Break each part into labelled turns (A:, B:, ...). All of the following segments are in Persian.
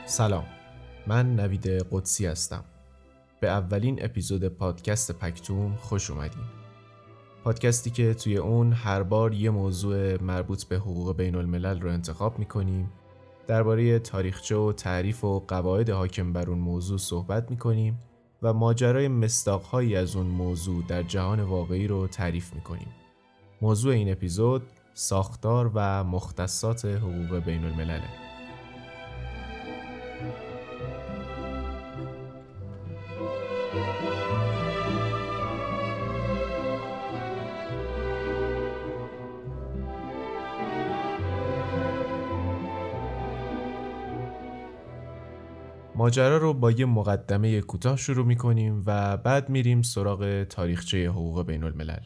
A: سلام، من نوید قدسی هستم. به اولین اپیزود پادکست پکتوم خوش اومدین. پادکستی که توی اون هر بار یه موضوع مربوط به حقوق بین الملل رو انتخاب میکنیم، درباره تاریخچه و تعریف و قواعد حاکم بر اون موضوع صحبت میکنیم و ماجرای مصداق‌هایی از اون موضوع در جهان واقعی رو تعریف میکنیم. موضوع این اپیزود ساختار و مختصات حقوق بین الملله. ماجرا رو با یه مقدمه کوتاه شروع می‌کنیم و بعد میریم سراغ تاریخچه حقوق بین الملل.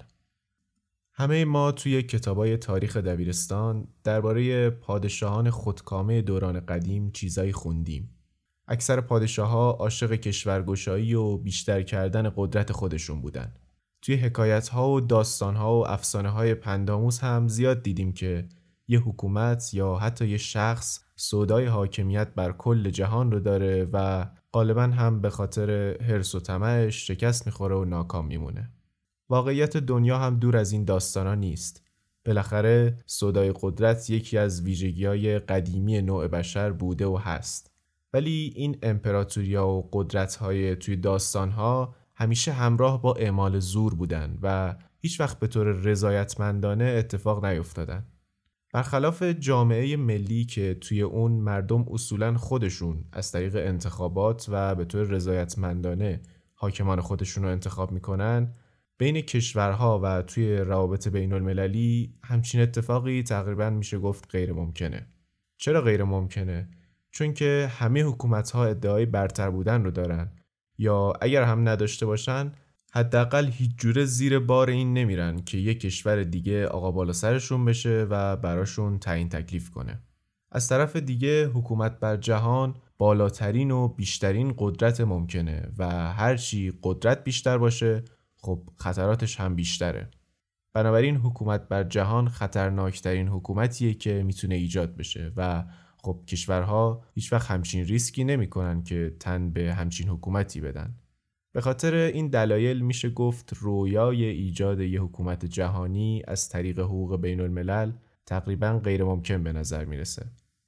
A: همه ما توی کتابای تاریخ دبیرستان درباره پادشاهان خودکامه دوران قدیم چیزایی خوندیم. اکثر پادشاه‌ها عاشق کشورگشایی و بیشتر کردن قدرت خودشون بودن. توی حکایت‌ها و داستان‌ها و افسانه‌های پندآموز هم زیاد دیدیم که یه حکومت یا حتی یه شخص سودای حاکمیت بر کل جهان رو داره و غالباً هم به خاطر حرص و طمعش شکست میخوره و ناکام میمونه. واقعیت دنیا هم دور از این داستانا نیست. بالاخره سودای قدرت یکی از ویژگی‌های قدیمی نوع بشر بوده و هست. ولی این امپراتوریا و قدرت‌های توی داستان‌ها همیشه همراه با اعمال زور بودن و هیچ وقت به طور رضایتمندانه اتفاق نیفتادن. برخلاف جامعه ملی که توی اون مردم اصولاً خودشون از طریق انتخابات و به طور رضایتمندانه حاکمان خودشون رو انتخاب میکنن، بین کشورها و توی روابط بین المللی همچین اتفاقی تقریباً میشه گفت غیر ممکنه. چرا غیر ممکنه؟ چون که همه حکومت‌ها ادعای برتر بودن رو دارن، یا اگر هم نداشته باشن حداقل هیچ جوره زیر بار این نمیرن که یک کشور دیگه آقا بالا سرشون بشه و براشون تعیین تکلیف کنه. از طرف دیگه حکومت بر جهان بالاترین و بیشترین قدرت ممکنه و هرچی قدرت بیشتر باشه خب خطراتش هم بیشتره. بنابراین حکومت بر جهان خطرناکترین حکومتیه که میتونه ایجاد بشه و خب کشورها هیچ وقت همچین ریسکی نمیکنن که تن به همچین حکومتی بدن. به خاطر این دلایل میشه گفت رویای ایجاد یه حکومت جهانی از طریق حقوق بین الملل تقریباً غیر ممکن به نظر میرسه.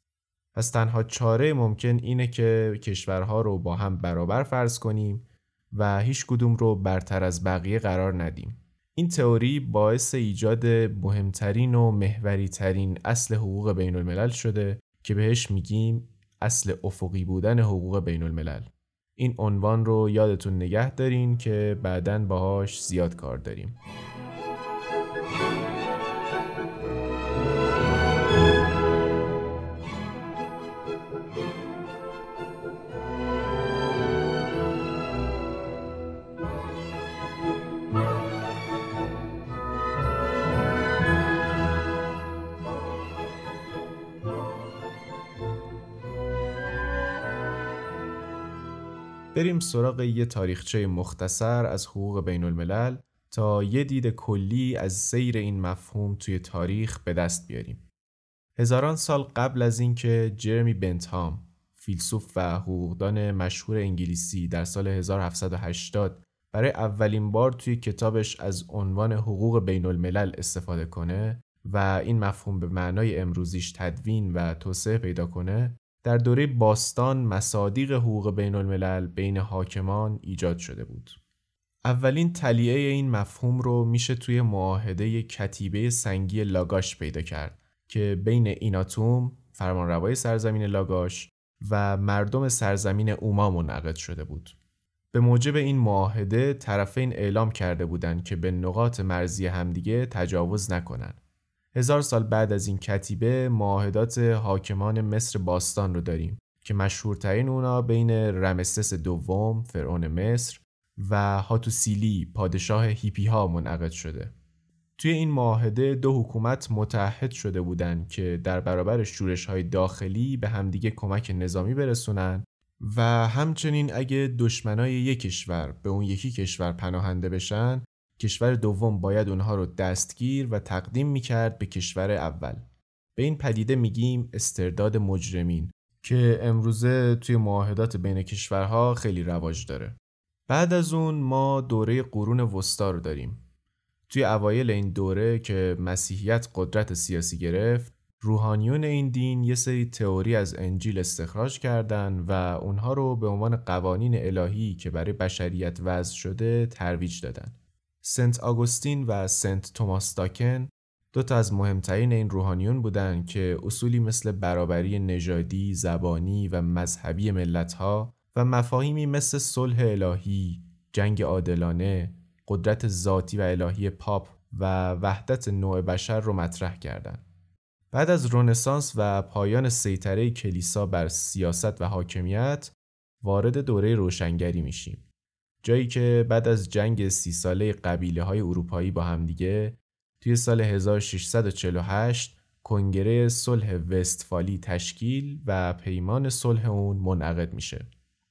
A: پس تنها چاره ممکن اینه که کشورها رو با هم برابر فرض کنیم و هیچ کدوم رو برتر از بقیه قرار ندیم. این تئوری باعث ایجاد مهمترین و محوری ترین اصل حقوق بین الملل شده که بهش میگیم اصل افقی بودن حقوق بین الملل. این عنوان رو یادتون نگه دارین که بعداً باهاش زیاد کار داریم. بریم سراغ یه تاریخچه مختصر از حقوق بین الملل تا یه دید کلی از سیر این مفهوم توی تاریخ به دست بیاریم. هزاران سال قبل از اینکه جرمی بنتهام، فیلسوف و حقوقدان مشهور انگلیسی در سال 1780 برای اولین بار توی کتابش از عنوان حقوق بین الملل استفاده کنه و این مفهوم به معنای امروزیش تدوین و توسعه پیدا کنه، در دوره باستان مصادیق حقوق بین الملل بین حاکمان ایجاد شده بود. اولین تلیعه این مفهوم رو میشه توی معاهده کتیبه سنگی لاگاش پیدا کرد که بین ایناتوم، فرمانروای سرزمین لاگاش و مردم سرزمین اوما منعقد شده بود. به موجب این معاهده طرفین اعلام کرده بودند که به نقاط مرزی همدیگه تجاوز نکنن. 1000 سال بعد از این کتیبه معاهدات حاکمان مصر باستان رو داریم که مشهورترین اونا بین رمسس دوم فرعون مصر و هاتوسیلی پادشاه هیپی ها منعقد شده. توی این معاهده دو حکومت متحد شده بودند که در برابر شورش‌های داخلی به همدیگه کمک نظامی برسونن و همچنین اگه دشمنای یک کشور به اون یکی کشور پناهنده بشن، کشور دوم باید اونها رو دستگیر و تقدیم میکرد به کشور اول. به این پدیده میگیم استرداد مجرمین که امروزه توی معاهدات بین کشورها خیلی رواج داره. بعد از اون ما دوره قرون وسطا رو داریم. توی اوایل این دوره که مسیحیت قدرت سیاسی گرفت، روحانیون این دین یه سری تئوری از انجیل استخراج کردن و اونها رو به عنوان قوانین الهی که برای بشریت وضع شده ترویج دادن. سنت آگوستین و سنت توماس داکن دو تا از مهمترین این روحانیون بودن که اصولی مثل برابری نژادی، زبانی و مذهبی ملت‌ها و مفاهیمی مثل صلح الهی، جنگ عادلانه، قدرت ذاتی و الهی پاپ و وحدت نوع بشر رو مطرح کردند. بعد از رنسانس و پایان سیطره کلیسا بر سیاست و حاکمیت، وارد دوره روشنگری میشیم. جایی که بعد از جنگ 30 ساله قبیله‌های اروپایی با همدیگه، توی سال 1648 کنگره صلح وستفالی تشکیل و پیمان صلح اون منعقد میشه.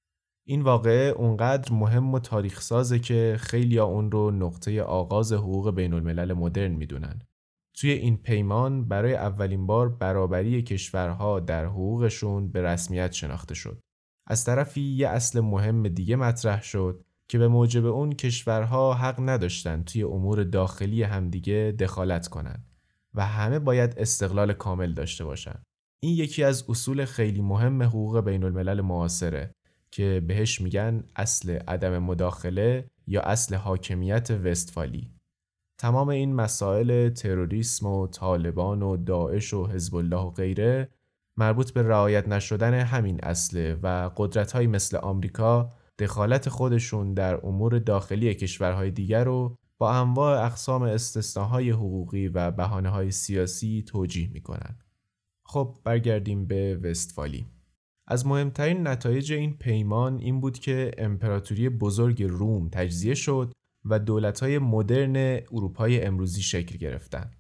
A: این واقعه اونقدر مهم و تاریخ سازه که خیلیا اون رو نقطه آغاز حقوق بین الملل مدرن میدونن. توی این پیمان برای اولین بار برابری کشورها در حقوقشون به رسمیت شناخته شد. از طرفی یه اصل مهم دیگه مطرح شد که به موجب اون کشورها حق نداشتن توی امور داخلی همدیگه دخالت کنن و همه باید استقلال کامل داشته باشن. این یکی از اصول خیلی مهم حقوق بین الملل معاصره که بهش میگن اصل عدم مداخله یا اصل حاکمیت وستفالی. تمام این مسائل تروریسم و طالبان و داعش و حزب الله و غیره مربوط به رعایت نشدن همین اصله و قدرت‌هایی مثل آمریکا دخالت خودشون در امور داخلی کشورهای دیگر رو با انواع اقسام استثناهای حقوقی و بهانه‌های سیاسی توجیه می‌کنن. خب برگردیم به وستفالی. از مهمترین نتایج این پیمان این بود که امپراتوری بزرگ روم تجزیه شد و دولت‌های مدرن اروپای امروزی شکل گرفتن.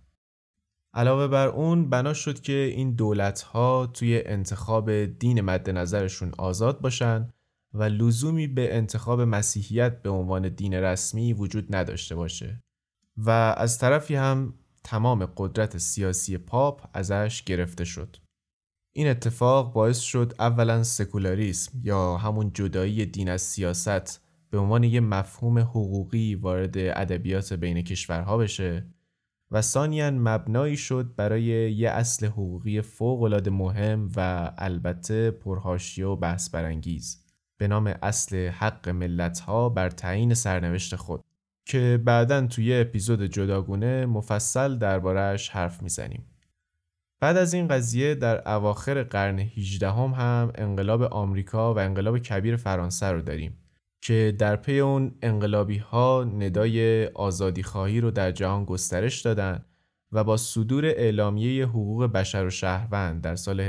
A: علاوه بر اون بنا شد که این دولت‌ها توی انتخاب دین مد نظرشون آزاد باشن و لزومی به انتخاب مسیحیت به عنوان دین رسمی وجود نداشته باشه و از طرفی هم تمام قدرت سیاسی پاپ ازش گرفته شد. این اتفاق باعث شد اولا سکولاریسم یا همون جدایی دین از سیاست به عنوان یه مفهوم حقوقی وارد ادبیات بین کشورها بشه و ثانیاً مبنایی شد برای یه اصل حقوقی فوق‌العاده مهم و البته پرحاشیه و بحث برانگیز به نام اصل حق ملت‌ها بر تعیین سرنوشت خود که بعداً توی اپیزود جداگونه مفصل درباره‌اش حرف میزنیم. بعد از این قضیه در اواخر قرن 18 هم انقلاب آمریکا و انقلاب کبیر فرانسه رو داریم که در پی اون انقلابی ها ندای آزادی خواهی رو در جهان گسترش دادن و با صدور اعلامیه حقوق بشر و شهروند در سال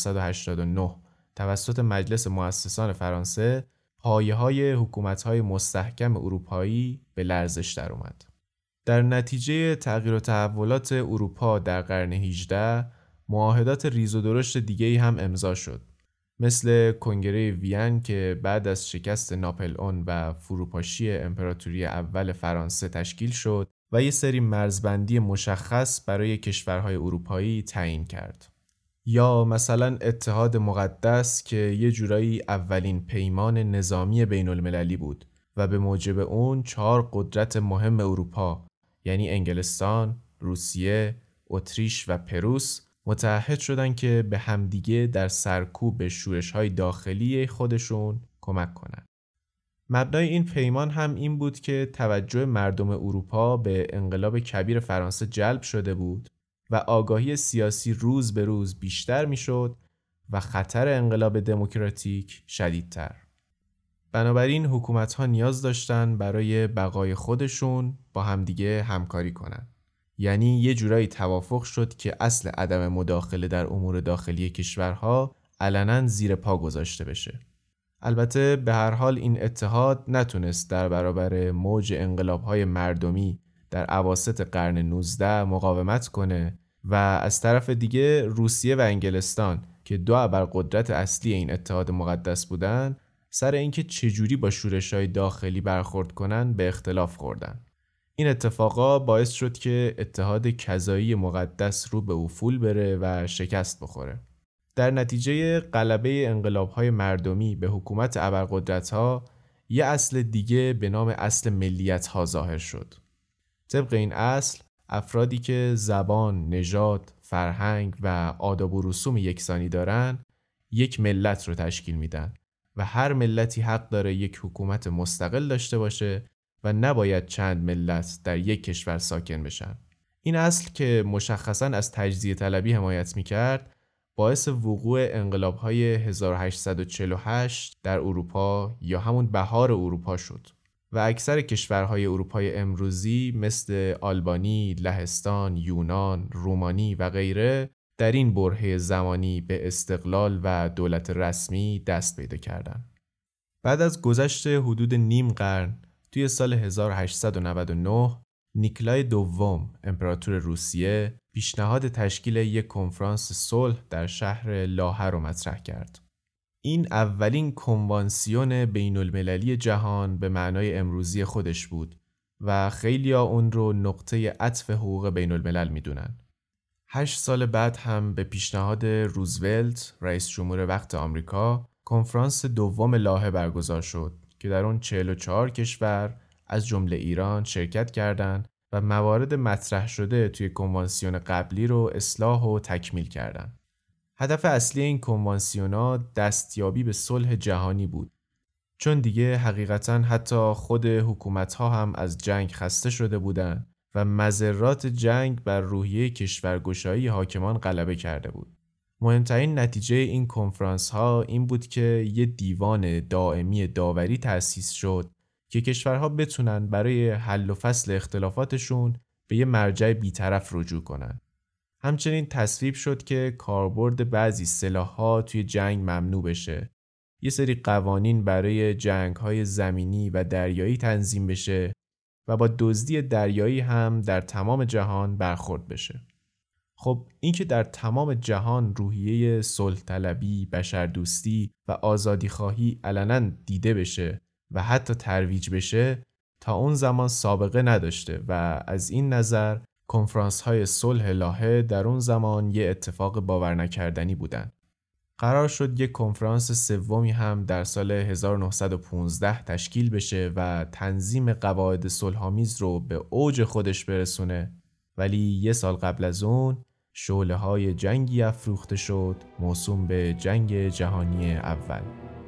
A: 1789 توسط مجلس مؤسسان فرانسه پایه‌های حکومت‌های مستحکم اروپایی به لرزش در اومد. در نتیجه تغییر و تحولات اروپا در قرن 18 معاهدات ریز و درشت دیگه‌ای هم امضا شد، مثل کنگره وین که بعد از شکست ناپلئون و فروپاشی امپراتوری اول فرانسه تشکیل شد و یه سری مرزبندی مشخص برای کشورهای اروپایی تعیین کرد. یا مثلا اتحاد مقدس که یه جورایی اولین پیمان نظامی بین المللی بود و به موجب اون 4 قدرت مهم اروپا یعنی انگلستان، روسیه، اتریش و پروس متحد شدن که به همدیگه در سرکوب شورش‌های داخلی خودشون کمک کنن. مبنای این پیمان هم این بود که توجه مردم اروپا به انقلاب کبیر فرانسه جلب شده بود و آگاهی سیاسی روز به روز بیشتر میشد و خطر انقلاب دموکراتیک شدیدتر. بنابراین حکومت‌ها نیاز داشتن برای بقای خودشون با همدیگه همکاری کنن. یعنی یه جورایی توافق شد که اصل عدم مداخله در امور داخلی کشورها علنا زیر پا گذاشته بشه. البته به هر حال این اتحاد نتونست در برابر موج انقلاب‌های مردمی در اواسط قرن 19 مقاومت کنه و از طرف دیگه روسیه و انگلستان که دو ابرقدرت اصلی این اتحاد مقدس بودن سر اینکه چجوری با شورش‌های داخلی برخورد کنن به اختلاف خوردن. این اتفاقا باعث شد که اتحاد کذایی مقدس رو به افول بره و شکست بخوره. در نتیجه غلبه انقلاب‌های مردمی به حکومت ابرقدرت‌ها یه اصل دیگه به نام اصل ملیت‌ها ظاهر شد. طبق این اصل افرادی که زبان، نژاد، فرهنگ و آداب و رسوم یکسانی دارن یک ملت رو تشکیل میدن و هر ملتی حق داره یک حکومت مستقل داشته باشه و نباید چند ملت در یک کشور ساکن بشن. این اصل که مشخصاً از تجزیه طلبی حمایت میکرد باعث وقوع انقلاب‌های 1848 در اروپا یا همون بهار اروپا شد و اکثر کشورهای اروپای امروزی مثل آلبانی، لهستان، یونان، رومانی و غیره در این برهه زمانی به استقلال و دولت رسمی دست پیدا کردند. بعد از گذشت حدود نیم قرن توی سال 1899 نیکلای دوم امپراتور روسیه پیشنهاد تشکیل یک کنفرانس صلح در شهر لاهه رو مطرح کرد. این اولین کنوانسیون بین المللی جهان به معنای امروزی خودش بود و خیلیا اون رو نقطه عطف حقوق بین الملل میدونن. 8 سال بعد هم به پیشنهاد روزولت رئیس جمهور وقت آمریکا کنفرانس دوم لاهه برگزار شد که در اون 44 کشور از جمله ایران شرکت کردند و موارد مطرح شده توی کنوانسیون قبلی رو اصلاح و تکمیل کردند. هدف اصلی این کنوانسیونا دستیابی به صلح جهانی بود، چون دیگه حقیقتاً حتی خود حکومت‌ها هم از جنگ خسته شده بودن و مضرات جنگ بر روحیه کشورگشایی حاکمان غلبه کرده بود. مهمترین نتیجه این کنفرانس‌ها این بود که یه دیوان دائمی داوری تأسیس شد که کشورها بتونن برای حل و فصل اختلافاتشون به یه مرجع بی‌طرف رجوع کنن. همچنین تصویب شد که کاربرد بعضی سلاح‌ها توی جنگ ممنوع بشه. یه سری قوانین برای جنگ‌های زمینی و دریایی تنظیم بشه و با دزدی دریایی هم در تمام جهان برخورد بشه. خب این که در تمام جهان روحیه صلح طلبی، بشردوستی و آزادیخواهی علنا دیده بشه و حتی ترویج بشه تا اون زمان سابقه نداشته و از این نظر کنفرانس‌های صلح لاهه در اون زمان یه اتفاق باور نکردنی بودن. قرار شد یک کنفرانس سومی هم در سال 1915 تشکیل بشه و تنظیم قواعد صلح‌آمیز رو به اوج خودش برسونه، ولی یه سال قبل از اون شعله‌های جنگی افروخته شد موسوم به جنگ جهانی اول.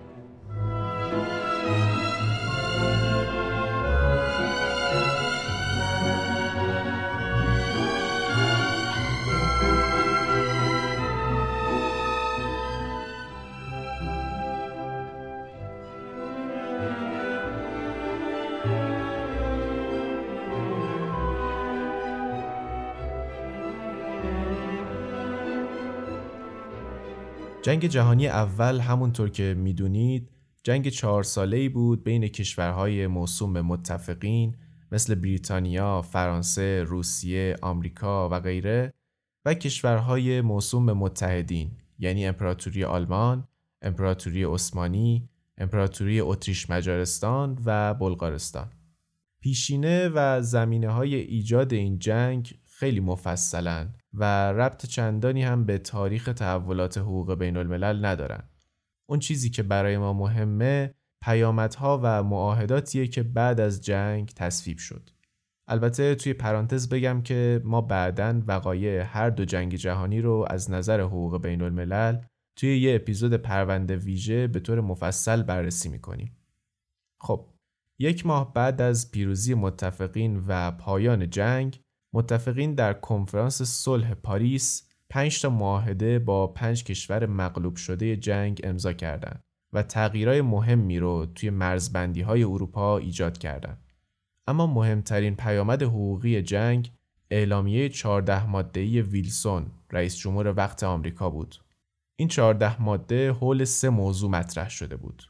A: جنگ جهانی اول همونطور که میدونید جنگ 4 ساله‌ای بود بین کشورهای موسوم به متفقین مثل بریتانیا، فرانسه، روسیه، آمریکا و غیره و کشورهای موسوم به متحدین یعنی امپراتوری آلمان، امپراتوری عثمانی، امپراتوری اتریش مجارستان و بلغارستان. پیشینه و زمینه‌های ایجاد این جنگ خیلی مفصلن و ربط چندانی هم به تاریخ تحولات حقوق بین الملل ندارن. اون چیزی که برای ما مهمه پیامدها و معاهداتیه که بعد از جنگ تصویب شد. البته توی پرانتز بگم که ما بعداً وقایع هر دو جنگ جهانی رو از نظر حقوق بین الملل توی یه اپیزود پرونده ویژه به طور مفصل بررسی میکنیم. خب 1 ماه بعد از پیروزی متفقین و پایان جنگ، متفقین در کنفرانس صلح پاریس 5 تا معاهده با 5 کشور مغلوب شده جنگ امضا کردند و تغییرات مهمی رو توی مرزبندی‌های اروپا ایجاد کردند. اما مهمترین پیامد حقوقی جنگ اعلامیه 14 ماده‌ای ویلسون رئیس جمهور وقت آمریکا بود. این 14 ماده حول 3 موضوع مطرح شده بود.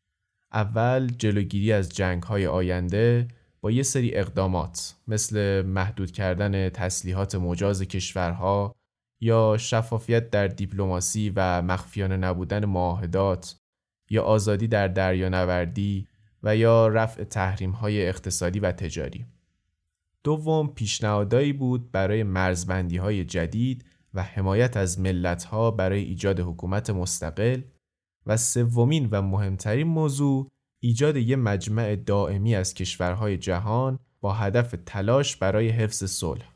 A: اول جلوگیری از جنگ‌های آینده با یه سری اقدامات مثل محدود کردن تسلیحات مجاز کشورها یا شفافیت در دیپلماسی و مخفیانه نبودن معاهدات یا آزادی در دریانوردی و یا رفع تحریم‌های اقتصادی و تجاری. دوم پیشنهادایی بود برای مرزبندی‌های جدید و حمایت از ملت‌ها برای ایجاد حکومت مستقل و سومین و مهمترین موضوع ایجاد یک مجمع دائمی از کشورهای جهان با هدف تلاش برای حفظ صلح.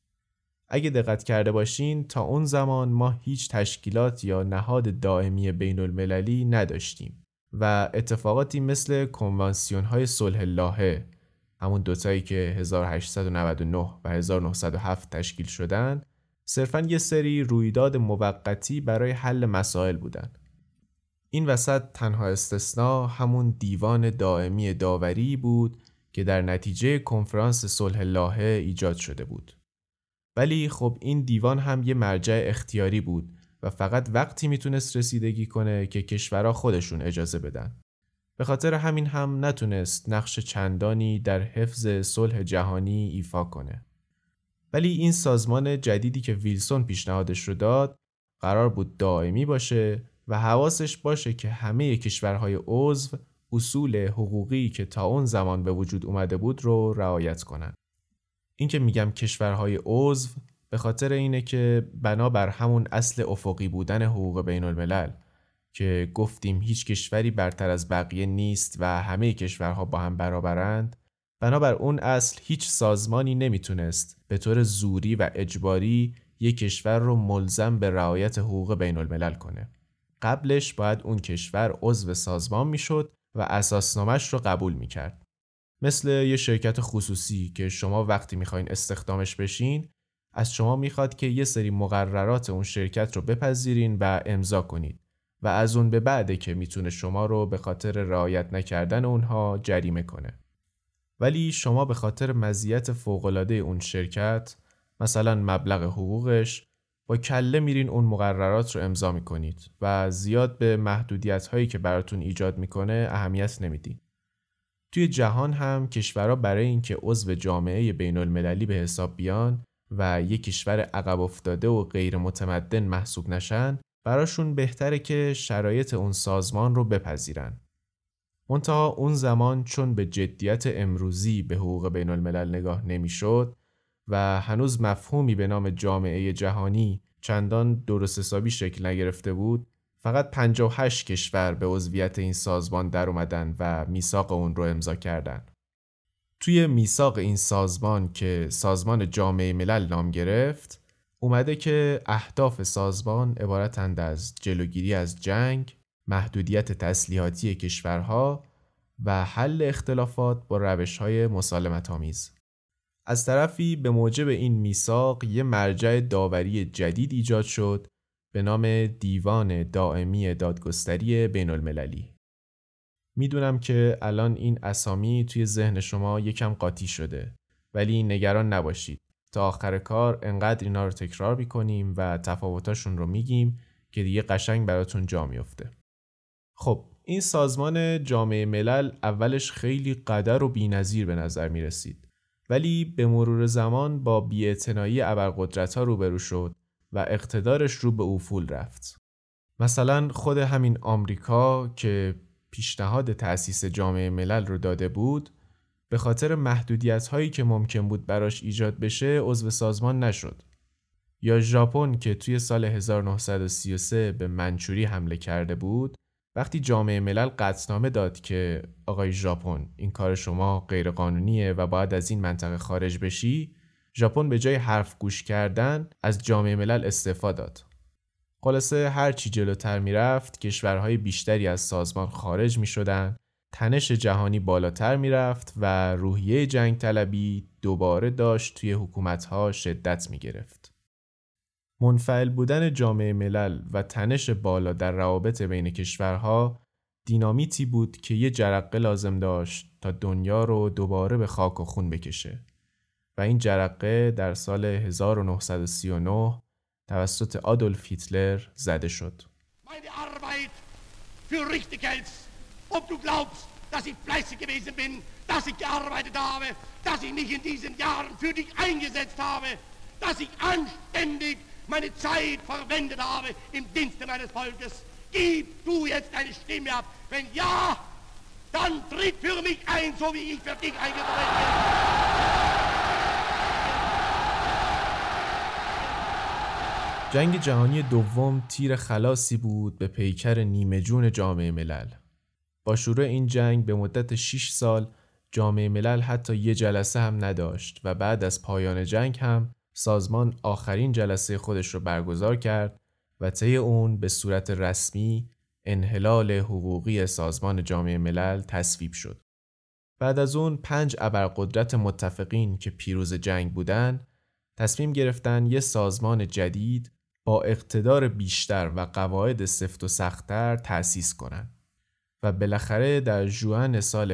A: اگه دقت کرده باشین تا اون زمان ما هیچ تشکیلات یا نهاد دائمی بین المللی نداشتیم و اتفاقاتی مثل کنوانسیون‌های صلح لاهه، همون دوتایی که 1899 و 1907 تشکیل شدن، صرفاً یه سری رویداد موقتی برای حل مسائل بودن. این وسط تنها استثناء همون دیوان دائمی داوری بود که در نتیجه کنفرانس صلح لاهه ایجاد شده بود. ولی خب این دیوان هم یه مرجع اختیاری بود و فقط وقتی میتونست رسیدگی کنه که کشورها خودشون اجازه بدن. به خاطر همین هم نتونست نقش چندانی در حفظ صلح جهانی ایفا کنه. ولی این سازمان جدیدی که ویلسون پیشنهادش رو داد قرار بود دائمی باشه و حواسش باشه که همه کشورهای عضو اصول حقوقی که تا اون زمان به وجود اومده بود رو رعایت کنن. این که میگم کشورهای عضو به خاطر اینه که بنابر همون اصل افقی بودن حقوق بین الملل که گفتیم هیچ کشوری برتر از بقیه نیست و همه کشورها با هم برابرند، بنابر اون اصل هیچ سازمانی نمیتونست به طور زوری و اجباری یک کشور رو ملزم به رعایت حقوق بین الملل کنه. قبلش باید اون کشور عضو سازمان میشد و اساسنامه‌اش رو قبول میکرد. مثل یه شرکت خصوصی که شما وقتی میخواین استخدامش بشین، از شما میخواد که یه سری مقررات اون شرکت رو بپذیرین و امضا کنید و از اون به بعده که میتونه شما رو به خاطر رعایت نکردن اونها جریمه کنه. ولی شما به خاطر مزیت فوق‌العاده اون شرکت، مثلا مبلغ حقوقش، با کله میرین اون مقررات رو امضا میکنید و زیاد به محدودیت هایی که براتون ایجاد میکنه اهمیت نمیدین. توی جهان هم کشورها برای اینکه عضو جامعه بین المللی به حساب بیان و یک کشور عقب افتاده و غیر متمدن محسوب نشن، براشون بهتره که شرایط اون سازمان رو بپذیرن. منتها اون زمان چون به جدیت امروزی به حقوق بین الملل نگاه نمیشد و هنوز مفهومی به نام جامعه جهانی چندان درست حسابی شکل نگرفته بود، فقط 58 کشور به عضویت این سازمان در اومدن و میثاق اون رو امضا کردن. توی میثاق این سازمان که سازمان جامعه ملل نام گرفت، اومده که اهداف سازمان عبارتند از جلوگیری از جنگ، محدودیت تسلیحاتی کشورها و حل اختلافات با روش‌های مسالمت‌آمیز. از طرفی به موجب این میثاق یه مرجع داوری جدید ایجاد شد به نام دیوان دائمی دادگستری بین المللی. میدونم که الان این اسامی توی ذهن شما یکم قاطی شده، ولی نگران نباشید. تا آخر کار انقدر اینا رو تکرار میکنیم و تفاوتاشون رو میگیم که دیگه قشنگ براتون جا میفته. خب این سازمان جامعه ملل اولش خیلی قدر و بی‌نظیر به نظر میرسید، ولی به مرور زمان با بی‌اعتنایی ابرقدرت‌ها روبرو شد و اقتدارش رو به افول رفت. مثلا خود همین آمریکا که پیشنهاد تأسیس جامعه ملل رو داده بود، به خاطر محدودیت‌هایی که ممکن بود براش ایجاد بشه عضو سازمان نشد. یا ژاپن که توی سال 1933 به منچوری حمله کرده بود، وقتی جامعه ملل قطعنامه داد که آقای ژاپن این کار شما غیر قانونیه و باید از این منطقه خارج بشی، ژاپن به جای حرف گوش کردن از جامعه ملل استعفا داد. خلاصه هر چی جلوتر میرفت کشورهای بیشتری از سازمان خارج میشدن، تنش جهانی بالاتر میرفت و روحیه جنگ طلبی دوباره داشت توی حکومتها شدت میگرفت. منفعل بودن جامعه ملل و تنش بالا در روابط بین کشورها دینامیتی بود که یه جرقه لازم داشت تا دنیا رو دوباره به خاک و خون بکشه و این جرقه در سال 1939 توسط آدولف هیتلر زده شد.
B: Meine Arbeit für richtig hältst, ob du glaubst, dass ich fleißig gewesen bin, dass ich gearbeitet habe, dass ich mich in diesen Jahren für dich eingesetzt habe, dass ich anständig meine Zeit verwendet habe im Dienste meines Volkes. Gib du jetzt eine Stimme ab. Wenn ja, dann tritt für mich ein, so wie ich für dich eingetreten bin.
A: جنگ جهانی دوم تیر خلاصی بود به پیکر نیمه جون جامعه ملل. با شروع این جنگ به مدت 6 سال جامعه ملل حتی یه جلسه هم نداشت و بعد از پایان جنگ هم سازمان آخرین جلسه خودش رو برگزار کرد و طی اون به صورت رسمی انحلال حقوقی سازمان جامعه ملل تصویب شد. بعد از اون 5 ابرقدرت متفقین که پیروز جنگ بودن تصمیم گرفتن یه سازمان جدید با اقتدار بیشتر و قواعد سفت و سخت‌تر تأسیس کنن و بالاخره در ژوئن سال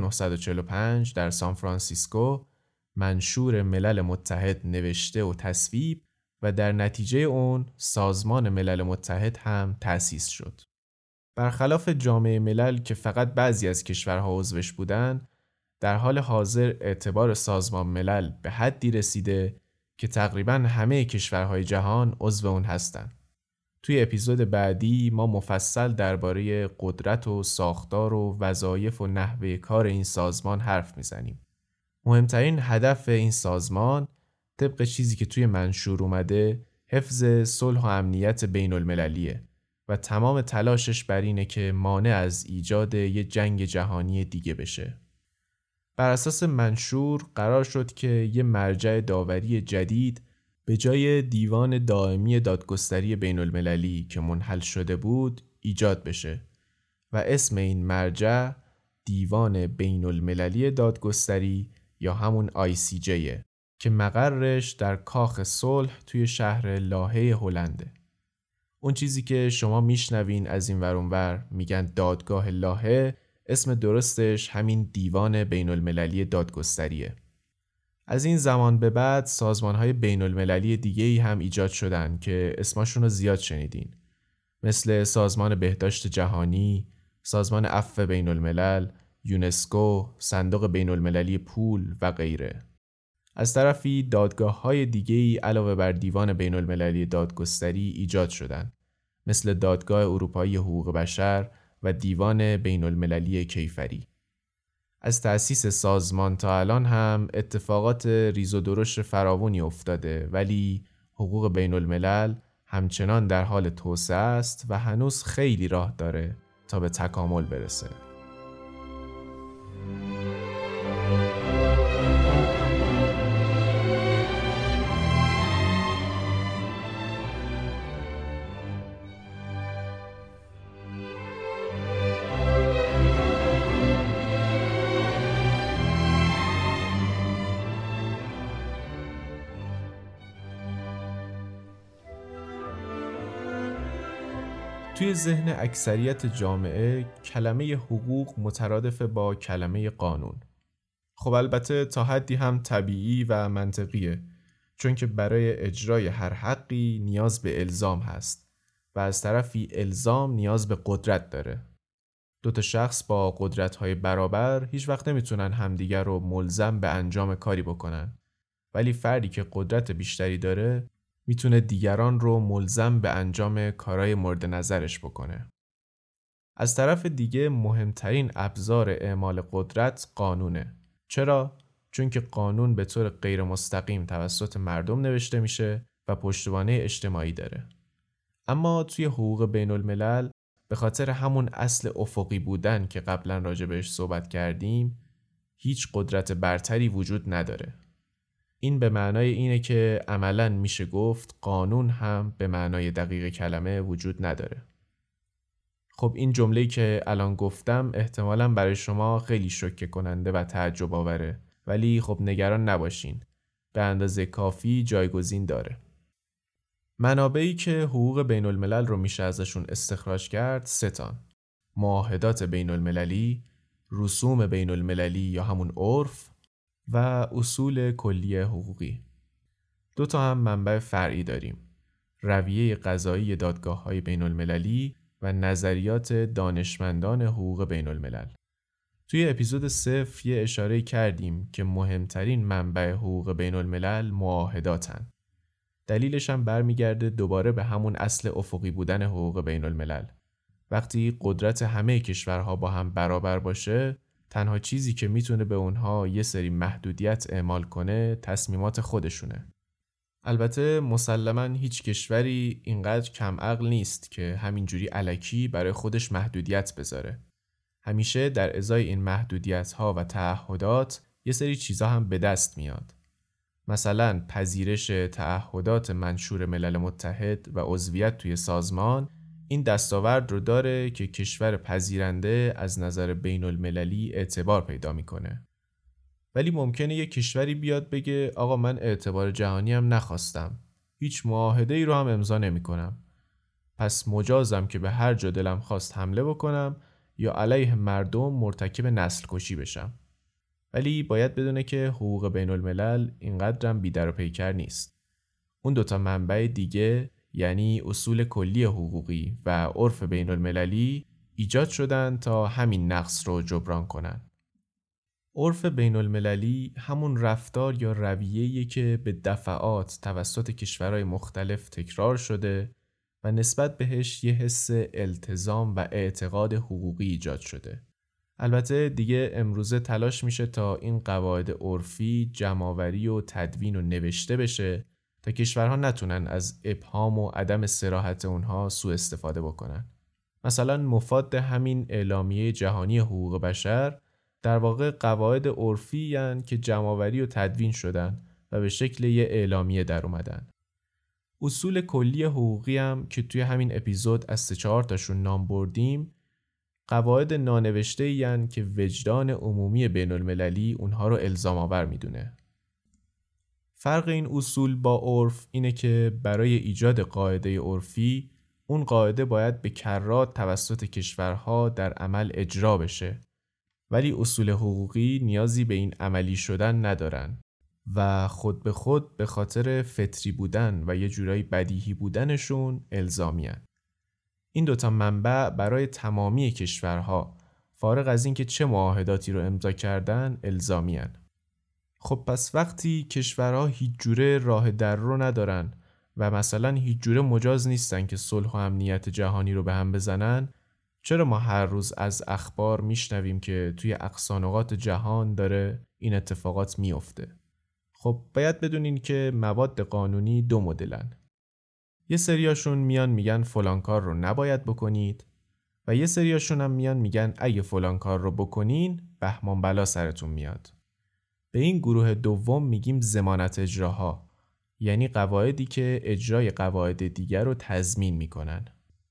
A: 1945 در سانفرانسیسکو منشور ملل متحد نوشته و تصویب و در نتیجه اون سازمان ملل متحد هم تأسیس شد. برخلاف جامعه ملل که فقط بعضی از کشورها عضوش بودن، در حال حاضر اعتبار سازمان ملل به حدی رسیده که تقریباً همه کشورهای جهان عضو اون هستن. توی اپیزود بعدی ما مفصل درباره قدرت و ساختار و وظایف و نحوه کار این سازمان حرف میزنیم. مهمترین هدف این سازمان طبق چیزی که توی منشور اومده حفظ صلح و امنیت بین المللیه و تمام تلاشش بر اینه که مانع از ایجاد یه جنگ جهانی دیگه بشه. بر اساس منشور قرار شد که یه مرجع داوری جدید به جای دیوان دائمی دادگستری بین المللی که منحل شده بود ایجاد بشه و اسم این مرجع دیوان بین المللی دادگستری یا همون ICJ که مقرش در کاخ صلح توی شهر لاهه هلنده. اون چیزی که شما میشنوین از این ور اون ور میگن دادگاه لاهه، اسم درستش همین دیوان بین المللی دادگستریه. از این زمان به بعد سازمان‌های بین المللی دیگه‌ای هم ایجاد شدن که اسمشون رو زیاد شنیدین، مثل سازمان بهداشت جهانی، سازمان عفو بین الملل، یونسکو، صندوق بین المللی پول و غیره. از طرفی دادگاه‌های دیگه‌ای علاوه بر دیوان بین المللی دادگستری ایجاد شدن، مثل دادگاه اروپایی حقوق بشر و دیوان بین المللی کیفری. از تأسیس سازمان تا الان هم اتفاقات ریز و درشت فراوانی افتاده، ولی حقوق بین الملل همچنان در حال توسعه است و هنوز خیلی راه داره تا به تکامل برسه. توی ذهن اکثریت جامعه کلمه حقوق مترادف با کلمه قانون. خب البته تا حدی هم طبیعی و منطقیه، چون که برای اجرای هر حقی نیاز به الزام هست و از طرفی الزام نیاز به قدرت داره. دو تا شخص با قدرت‌های برابر هیچ وقت نمیتونن همدیگر رو ملزم به انجام کاری بکنن، ولی فردی که قدرت بیشتری داره میتونه دیگران رو ملزم به انجام کارهای مورد نظرش بکنه. از طرف دیگه مهمترین ابزار اعمال قدرت قانونه. چرا؟ چون که قانون به طور غیر مستقیم توسط مردم نوشته میشه و پشتوانه اجتماعی داره. اما توی حقوق بین الملل به خاطر همون اصل افقی بودن که قبلا راجع بهش صحبت کردیم، هیچ قدرت برتری وجود نداره. این به معنای اینه که عملاً میشه گفت قانون هم به معنای دقیق کلمه وجود نداره. خب این جمله‌ای که الان گفتم احتمالاً برای شما خیلی شوکه کننده و تعجب آوره، ولی خب نگران نباشین، به اندازه کافی جایگزین داره. منابعی که حقوق بین الملل رو میشه ازشون استخراج کرد 3 تان: معاهدات بین المللی، رسوم بین المللی یا همون عرف و اصول کلی حقوقی. 2 تا هم منبع فرعی داریم: رویه قضایی دادگاه‌های بین المللی و نظریات دانشمندان حقوق بین الملل. توی اپیزود 0 یه اشاره کردیم که مهمترین منبع حقوق بین الملل معاهداتن. دلیلش هم برمیگرده دوباره به همون اصل افقی بودن حقوق بین الملل. وقتی قدرت همه کشورها با هم برابر باشه، تنها چیزی که میتونه به اونها یه سری محدودیت اعمال کنه تصمیمات خودشونه. البته مسلماً هیچ کشوری اینقدر کم عقل نیست که همینجوری الکی برای خودش محدودیت بذاره. همیشه در ازای این محدودیت‌ها و تعهدات یه سری چیزا هم به دست میاد. مثلا پذیرش تعهدات منشور ملل متحد و عضویت توی سازمان این دستاورد رو داره که کشور پذیرنده از نظر بین المللی اعتبار پیدا میکنه. ولی ممکنه یه کشوری بیاد بگه آقا من اعتبار جهانی هم نخواستم. هیچ معاهده ای رو هم امضا نمی کنم. پس مجازم که به هر جا دلم خواست حمله بکنم یا علیه مردم مرتکب نسل کشی بشم. ولی باید بدونه که حقوق بین الملل اینقدرم بی‌در و پیکر نیست. اون دوتا منبع دیگه یعنی اصول کلی حقوقی و عرف بین المللی ایجاد شدن تا همین نقص رو جبران کنن. عرف بین المللی همون رفتار یا رویه‌ایه که به دفعات توسط کشورهای مختلف تکرار شده و نسبت بهش یه حس التزام و اعتقاد حقوقی ایجاد شده. البته دیگه امروزه تلاش میشه تا این قواعد عرفی جمع‌آوری و تدوین و نوشته بشه تا کشورها نتونن از ابهام و عدم صراحت اونها سوء استفاده بکنن. مثلا مفاد همین اعلامیه جهانی حقوق بشر در واقع قواعد عرفی هستند که جمع‌آوری و تدوین شدن و به شکل یه اعلامیه در اومدن. اصول کلی حقوقی هم که توی همین اپیزود از 3-4 تاشون نام بردیم قواعد نانوشته هستند که وجدان عمومی بین المللی اونها رو الزام آور میدونه. فرق این اصول با عرف اینه که برای ایجاد قاعده عرفی اون قاعده باید به کرات توسط کشورها در عمل اجرا بشه. ولی اصول حقوقی نیازی به این عملی شدن ندارن و خود به خود به خاطر فطری بودن و یه جورایی بدیهی بودنشون الزامین. این دوتا منبع برای تمامی کشورها فارغ از این که چه معاهداتی رو امضا کردن الزامین. خب پس وقتی کشورها هیچ جوره راه در رو ندارن و مثلا هیچ جوره مجاز نیستن که صلح و امنیت جهانی رو به هم بزنن، چرا ما هر روز از اخبار میشنویم که توی اقصا نقاط جهان داره این اتفاقات میفته؟ خب باید بدونین که مواد قانونی 2 مدلن. یه سریاشون میان میگن فلان کار رو نباید بکنید و یه سریاشون هم میان میگن اگه فلان کار رو بکنین بهمان بلا سرتون میاد. به این گروه دوم میگیم ضمانت اجراها، یعنی قواعدی که اجرای قواعد دیگر رو تضمین میکنن.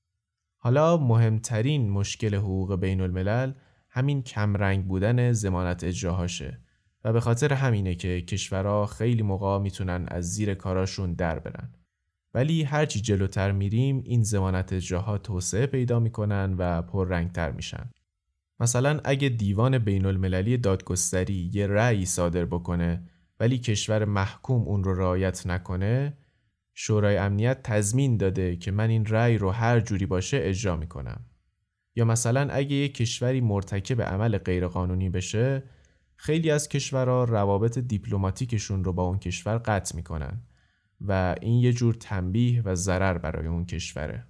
A: حالا مهمترین مشکل حقوق بین الملل همین کمرنگ بودن ضمانت اجراهاشه و به خاطر همینه که کشورها خیلی موقع میتونن از زیر کاراشون در برن. ولی هرچی جلوتر میریم این ضمانت اجراها توسعه پیدا میکنن و پررنگتر میشن. مثلا اگه دیوان بین المللی دادگستری یه رأی صادر بکنه ولی کشور محکوم اون رو رعایت نکنه، شورای امنیت تضمین داده که من این رأی رو هر جوری باشه اجرا میکنم. یا مثلا اگه یک کشوری مرتکب عمل غیرقانونی بشه، خیلی از کشورها روابط دیپلماتیکشون رو با اون کشور قطع میکنن و این یه جور تنبیه و ضرر برای اون کشوره.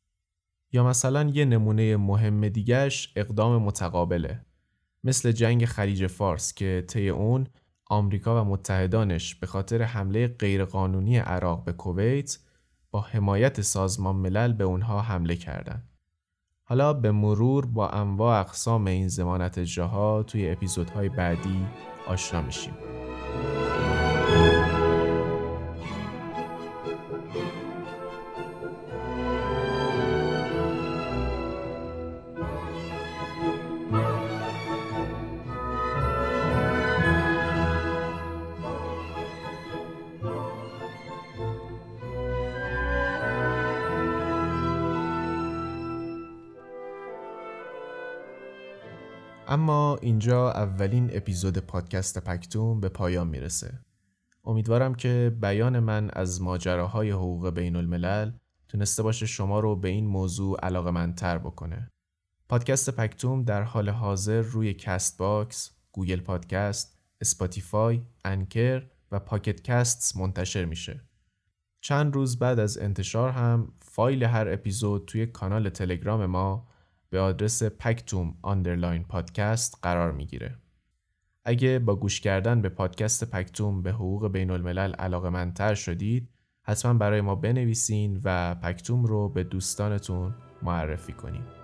A: یا مثلا یه نمونه مهم دیگهش اقدام متقابله، مثل جنگ خلیج فارس که طی اون آمریکا و متحدانش به خاطر حمله غیرقانونی عراق به کویت با حمایت سازمان ملل به اونها حمله کردند. حالا به مرور با انواع اقسام این ضمانت اجراها توی اپیزودهای بعدی آشنا میشیم. اما اینجا اولین اپیزود پادکست پکتوم به پایان میرسه. امیدوارم که بیان من از ماجراهای حقوق بین الملل تونسته باشه شما رو به این موضوع علاقه‌مندتر بکنه. پادکست پکتوم در حال حاضر روی کست باکس، گوگل پادکست، اسپاتیفای، انکر و پاکت کاستس منتشر میشه. چند روز بعد از انتشار هم فایل هر اپیزود توی کانال تلگرام ما به آدرس پکتوم_پادکست قرار میگیره. اگه با گوش کردن به پادکست پکتوم به حقوق بین الملل علاقه‌مندتر شدید، حتما برای ما بنویسین و پکتوم رو به دوستانتون معرفی کنین.